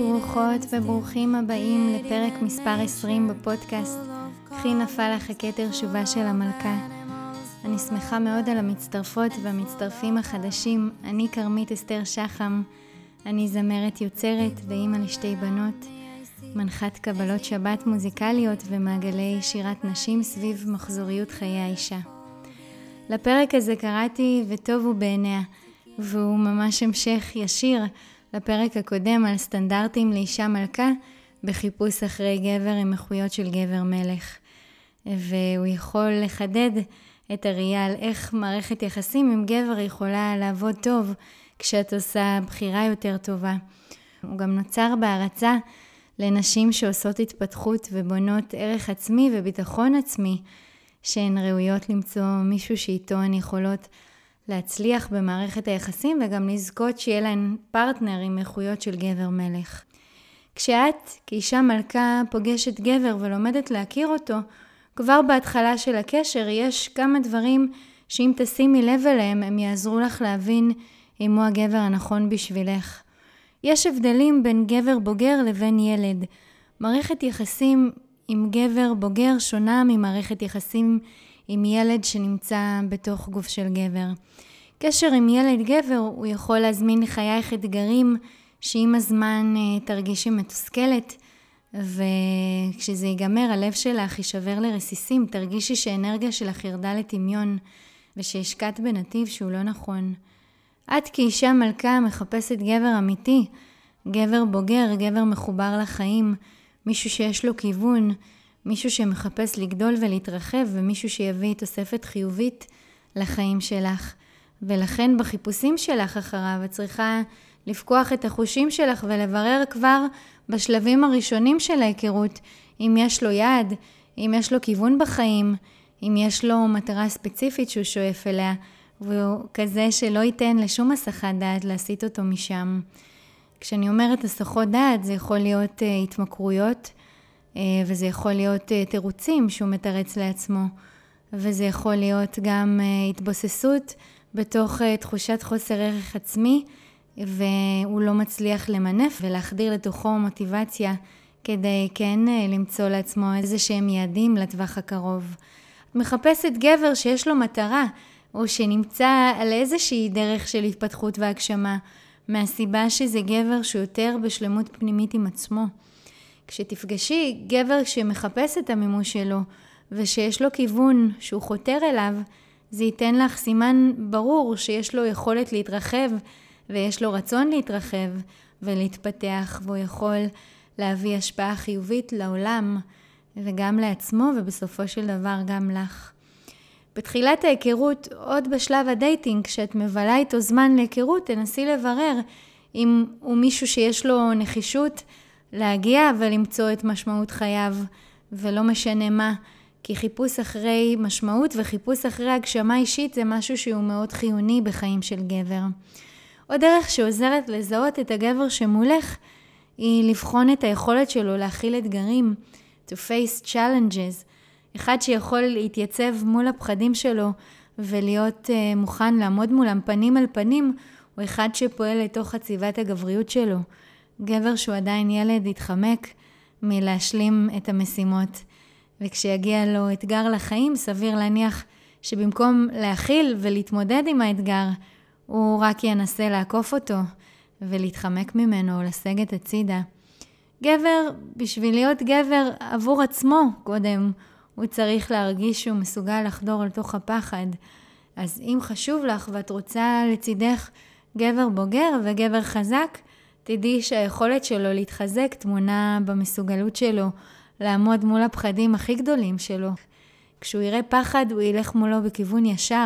ברוכות וברוכים הבאים לפרק מספר 20 בפודקאסט "חי נפל לך הכתר שובה של המלכה". אני שמחה מאוד על המצטרפות והמצטרפים החדשים. אני כרמית אסתר שחם, אני זמרת יוצרת ואימא לשתי בנות, מנחת קבלות שבת מוזיקליות ומעגלי שירת נשים סביב מחזוריות חיי האישה. לפרק הזה קראתי וטוב הוא בעיניה, והוא ממש המשך ישיר לפרק הקודם על סטנדרטים לאישה מלכה בחיפוש אחרי גבר עם איכויות של גבר מלך. והוא יכול לחדד את הראייה על איך מערכת יחסים עם גבר יכולה לעבוד טוב כשאת עושה בחירה יותר טובה. הוא גם נוצר בהרצה לנשים שעושות התפתחות ובונות ערך עצמי וביטחון עצמי, שהן ראויות למצוא מישהו שאיתו הן יכולות להצליח במערכת היחסים וגם לזכות שיהיה להן פרטנר עם איכויות של גבר מלך. כשאת כאישה מלכה פוגשת גבר ולומדת להכיר אותו, כבר בהתחלה של הקשר יש כמה דברים שאם תשימי לב אליהם הם יעזרו לך להבין אם הוא הגבר הנכון בשבילך. יש הבדלים בין גבר בוגר לבין ילד. מערכת יחסים עם גבר בוגר שונה ממערכת יחסים עם ילד שנמצא בתוך גוף של גבר. קשר עם ילד גבר הוא יכול להזמין לחייך אתגרים שעם הזמן תרגישי מתוסכלת, וכשזה ייגמר הלב שלך יישבר לרסיסים, תרגישי שהאנרגיה שלך ירדה לטמיון ושהשקעת בנתיב שהוא לא נכון. את כאישה מלכה מחפשת גבר אמיתי, גבר בוגר, גבר מחובר לחיים, מישהו שיש לו כיוון, מישהו שמחפש לגדול ולהתרחב ומישהו שיביא תוספת חיובית לחיים שלך. ולכן בחיפושים שלך אחריו את צריכה לפקוח את החושים שלך ולברר כבר בשלבים הראשונים של ההיכרות אם יש לו יעד, אם יש לו כיוון בחיים, אם יש לו מטרה ספציפית שהוא שואף אליה, והוא כזה שלא ייתן לשום הסחת דעת להסיט אותו משם. כשאני אומרת הסחות דעת זה יכול להיות התמכרויות, וזה יכול להיות תירוצים שהוא מתרץ לעצמו, וזה יכול להיות גם התבוססות בתוך תחושת חוסר ערך עצמי, והוא לא מצליח למנף ולהחדיר לתוכו מוטיבציה כדי כן למצוא לעצמו איזה שהם יעדים לטווח הקרוב. את מחפשת גבר שיש לו מטרה, או שנמצא על איזושהי דרך של התפתחות והגשמה, מהסיבה שזה גבר שיותר בשלמות פנימית עם עצמו. כשתפגשי גבר שמחפש את המימוש שלו, ושיש לו כיוון שהוא חותר אליו, זה ייתן לך סימן ברור שיש לו יכולת להתרחב, ויש לו רצון להתרחב ולהתפתח, והוא יכול להביא השפעה חיובית לעולם, וגם לעצמו, ובסופו של דבר גם לך. בתחילת ההיכרות, עוד בשלב הדייטינג, כשאת מבלה איתו זמן להיכרות, תנסי לברר אם הוא מישהו שיש לו נחישות להגיע ולמצוא את משמעות חייו, ולא משנה מה, כי חיפוש אחרי משמעות וחיפוש אחרי הגשמה אישית זה משהו שהוא מאוד חיוני בחיים של גבר. עוד דרך שעוזרת לזהות את הגבר שמולך היא לבחון את היכולת שלו להכיל אתגרים, to face challenges. אחד שיכול להתייצב מול הפחדים שלו ולהיות מוכן לעמוד מולם פנים על פנים, הוא אחד שפועל לתוך חציבת הגבריות שלו. גבר שהוא עדיין ילד יתחמק מלהשלים את המשימות. וכשיגיע לו אתגר לחיים, סביר להניח שבמקום להכיל ולהתמודד עם האתגר, הוא רק ינסה לעקוף אותו ולהתחמק ממנו או לסגת הצידה. גבר, בשביל להיות גבר עבור עצמו קודם, הוא צריך להרגיש שהוא מסוגל לחדור לתוך הפחד. אז אם חשוב לך ואת רוצה לצידך גבר בוגר וגבר חזק, תדעי שהיכולת שלו להתחזק תמונה במסוגלות שלו לעמוד מול הפחדים הכי גדולים שלו. כשהוא יראה פחד הוא ילך מולו בכיוון ישר.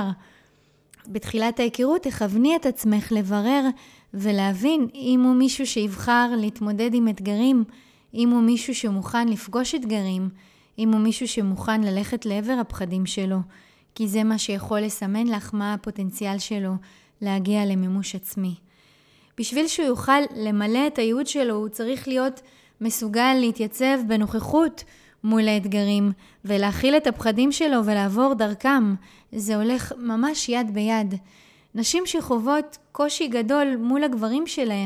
בתחילת ההיכרות תכווני את עצמך לברר ולהבין אם הוא מישהו שיבחר להתמודד עם אתגרים, אם הוא מישהו שמוכן לפגוש אתגרים, אם הוא מישהו שמוכן ללכת לעבר הפחדים שלו, כי זה מה שיכול לסמן לך מה הפוטנציאל שלו להגיע למימוש עצמי. בשביל שהוא יוכל למלא את הייעוד שלו, הוא צריך להיות מסוגל להתייצב בנוכחות מול האתגרים, ולהכיל את הפחדים שלו ולעבור דרכם. זה הולך ממש יד ביד. נשים שחוות קושי גדול מול הגברים שלהן,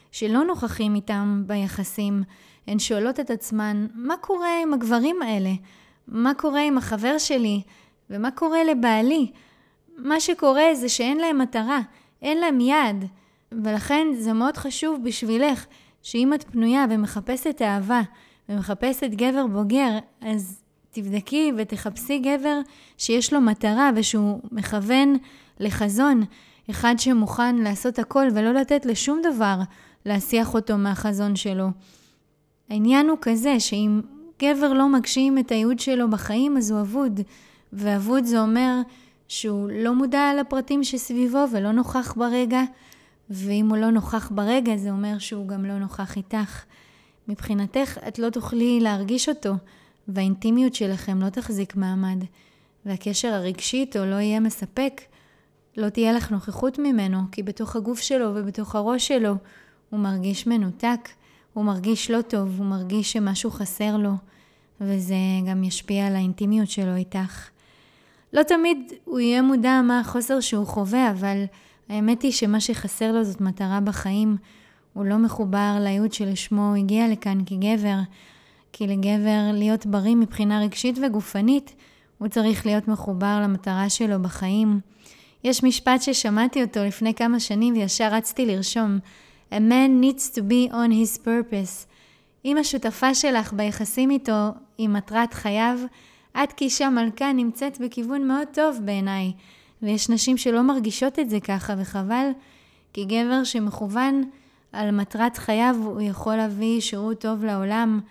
שלא נוכחים איתם ביחסים, הן שואלות את עצמן, מה קורה עם הגברים האלה? מה קורה עם החבר שלי? ומה קורה לבעלי? מה שקורה זה שאין להם מטרה, אין להם יעד. ולכן זה מאוד חשוב בשבילך, שאם את פנויה ומחפשת אהבה, ומחפשת גבר בוגר, אז תבדקי ותחפשי גבר שיש לו מטרה ושהוא מכוון לחזון, אחד שמוכן לעשות הכל ולא לתת לשום דבר להסיח אותו מהחזון שלו. העניין הוא כזה שאם גבר לא מגשים את הייעוד שלו בחיים, אז הוא אבוד. ואבוד זה אומר שהוא לא מודע לפרטים שסביבו ולא נוכח ברגע, ואם הוא לא נוכח ברגע זה אומר שהוא גם לא נוכח איתך. מבחינתך את לא תוכלי להרגיש אותו, והאינטימיות שלכם לא תחזיק מעמד, והקשר הרגשי איתו לא יהיה מספק, לא תהיה לך נוכחות ממנו, כי בתוך הגוף שלו ובתוך הראש שלו הוא מרגיש מנותק, הוא מרגיש לא טוב, הוא מרגיש שמשהו חסר לו, וזה גם ישפיע על האינטימיות שלו איתך. לא תמיד הוא יהיה מודע מה החוסר שהוא חווה, אבל האמת היא שמה שחסר לו זאת מטרה בחיים. הוא לא מחובר לייעוד שלשמו הוא הגיע לכאן כגבר, כי לגבר להיות בריא מבחינה רגשית וגופנית, הוא צריך להיות מחובר למטרה שלו בחיים. יש משפט ששמעתי אותו לפני כמה שנים וישר רצתי לרשום, A man needs to be on his purpose. אם השותפה שלך ביחסים איתו היא מטרת חייו, את כאישה מלכה נמצאת בכיוון מאוד טוב בעיניי, ויש נשים שלא מרגישות את זה ככה, וחבל, כי גבר שמכוון על מטרת חייו הוא יכול להביא שירות טוב לעולם,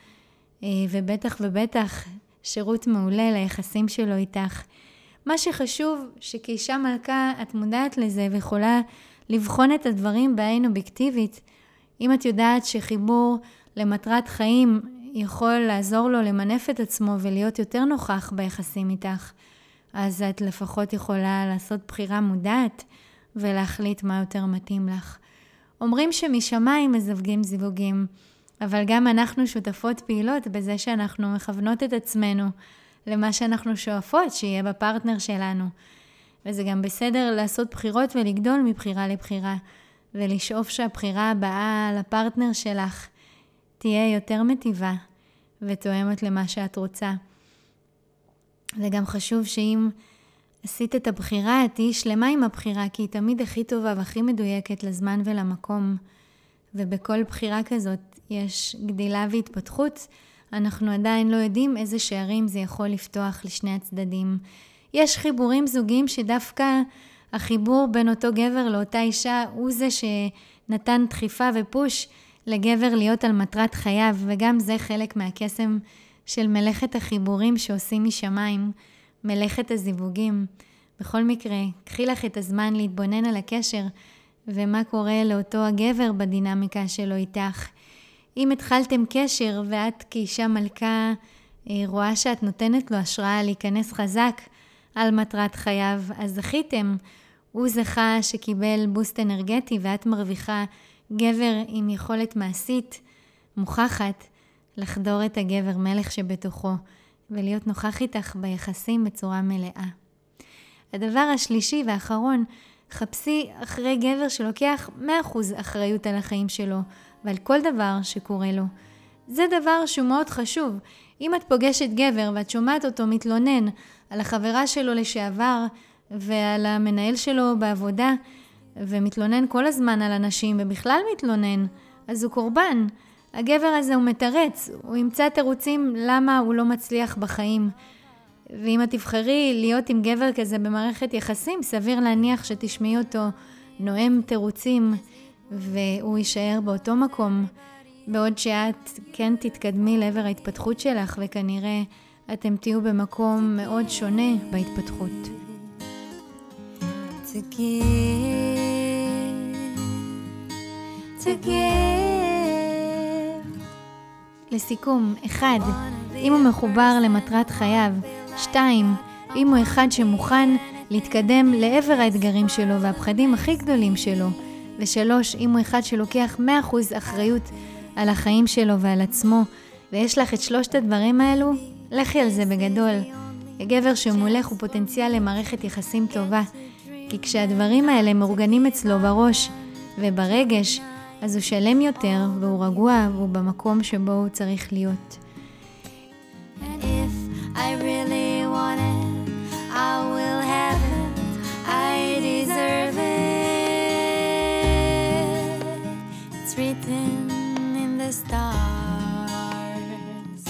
ובטח ובטח שירות מעולה ליחסים שלו איתך. מה שחשוב שכאישה מלכה את מודעת לזה ויכולה לבחון את הדברים בעין אובייקטיבית. אם את יודעת שחיבור למטרת חיים יכול לעזור לו למנף את עצמו ולהיות יותר נוכח ביחסים איתך, אז את לפחות יכולה לעשות בחירה מודעת ולהחליט מה יותר מתאים לך. אומרים שמשמיים מזווגים זיווגים, אבל גם אנחנו שותפות פעילות בזה שאנחנו מכוונות את עצמנו למה שאנחנו שואפות שיהיה בפרטנר שלנו. וזה גם בסדר לעשות בחירות ולגדול מבחירה לבחירה, ולשאוף שהבחירה הבאה לפרטנר שלך תהיה יותר מטיבה ותואמת למה שאת רוצה. זה גם חשוב שאם עשית את הבחירה, תהיי שלמה עם הבחירה, כי היא תמיד הכי טובה והכי מדויקת לזמן ולמקום. ובכל בחירה כזאת יש גדילה והתפתחות. אנחנו עדיין לא יודעים איזה שערים זה יכול לפתוח לשני הצדדים. יש חיבורים זוגיים שדווקא החיבור בין אותו גבר לאותה אישה הוא זה שנתן דחיפה ופוש לגבר להיות על מטרת חייו, וגם זה חלק מהקסם של מלאכת החיבורים שעושים משמיים, מלאכת הזיווגים. בכל מקרה, קחי לך את הזמן להתבונן על הקשר ומה קורה לאותו הגבר בדינמיקה שלו איתך. אם התחלתם קשר ואת כאישה מלכה רואה שאת נותנת לו השראה להיכנס חזק על מטרת חייו, אז זכיתם. הוא זכה שקיבל בוסט אנרגטי ואת מרוויחה גבר עם יכולת מעשית מוכחת לחדור את הגבר מלך שבתוכו ולהיות נוכח איתך ביחסים בצורה מלאה. הדבר השלישי והאחרון, חפשי אחרי גבר שלוקח 100% אחריות על החיים שלו ועל כל דבר שקורה לו. זה דבר שהוא מאוד חשוב. אם את פוגשת גבר ואת שומעת אותו מתלונן על החברה שלו לשעבר ועל המנהל שלו בעבודה, ומתלונן כל הזמן על אנשים ובכלל מתלונן, אז הוא קורבן. הגבר הזה הוא מתרץ, הוא ימצא תירוצים למה הוא לא מצליח בחיים. ואם את תבחרי להיות עם גבר כזה במערכת יחסים, סביר להניח שתשמעי אותו נואם תירוצים והוא יישאר באותו מקום, בעוד שאת כן תתקדמי לעבר ההתפתחות שלך וכנראה אתם תהיו במקום מאוד שונה בהתפתחות. לסיכום, 1. אם הוא מחובר למטרת חייו. 2. אם הוא אחד שמוכן להתקדם לעבר האתגרים שלו והפחדים הכי גדולים שלו. ו3. אם הוא אחד שלוקח 100% אחריות על החיים שלו ועל עצמו, ויש לך את שלושת הדברים האלו, לכי על זה בגדול. הגבר שמולך הוא פוטנציאל למערכת יחסים טובה, כי כשהדברים האלה מאורגנים אצלו בראש וברגש, אז הוא שלם יותר והוא רגוע והוא במקום שבו הוא צריך להיות. And if I really want it, I will have it. I deserve it. It's written in the stars.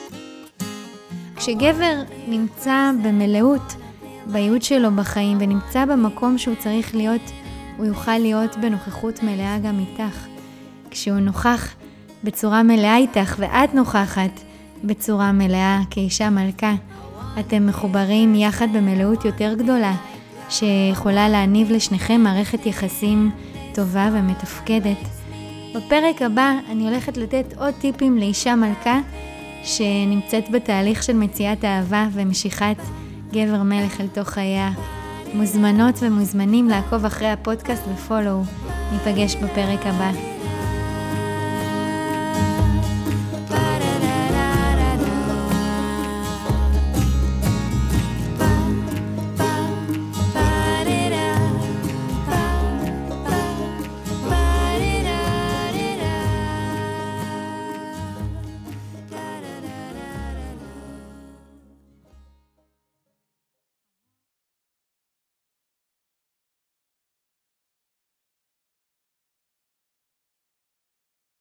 כשגבר נמצא במלאות בייעוד שלו בחיים ונמצא במקום שהוא צריך להיות, הוא יוכל להיות בנוכחות מלאה גם איתך. כשהוא נוכח בצורה מלאה איתך ואת נוכחת בצורה מלאה כאישה מלכה, אתם מחוברים יחד במלאות יותר גדולה שיכולה להניב לשניכם מערכת יחסים טובה ומתפקדת. בפרק הבא אני הולכת לתת עוד טיפים לאישה מלכה שנמצאת בתהליך של מציאת אהבה ומשיכת גבר מלך אל תוך חייה. מוזמנות ומוזמנים לעקוב אחרי הפודקאסט ופולו. ניפגש בפרק הבא.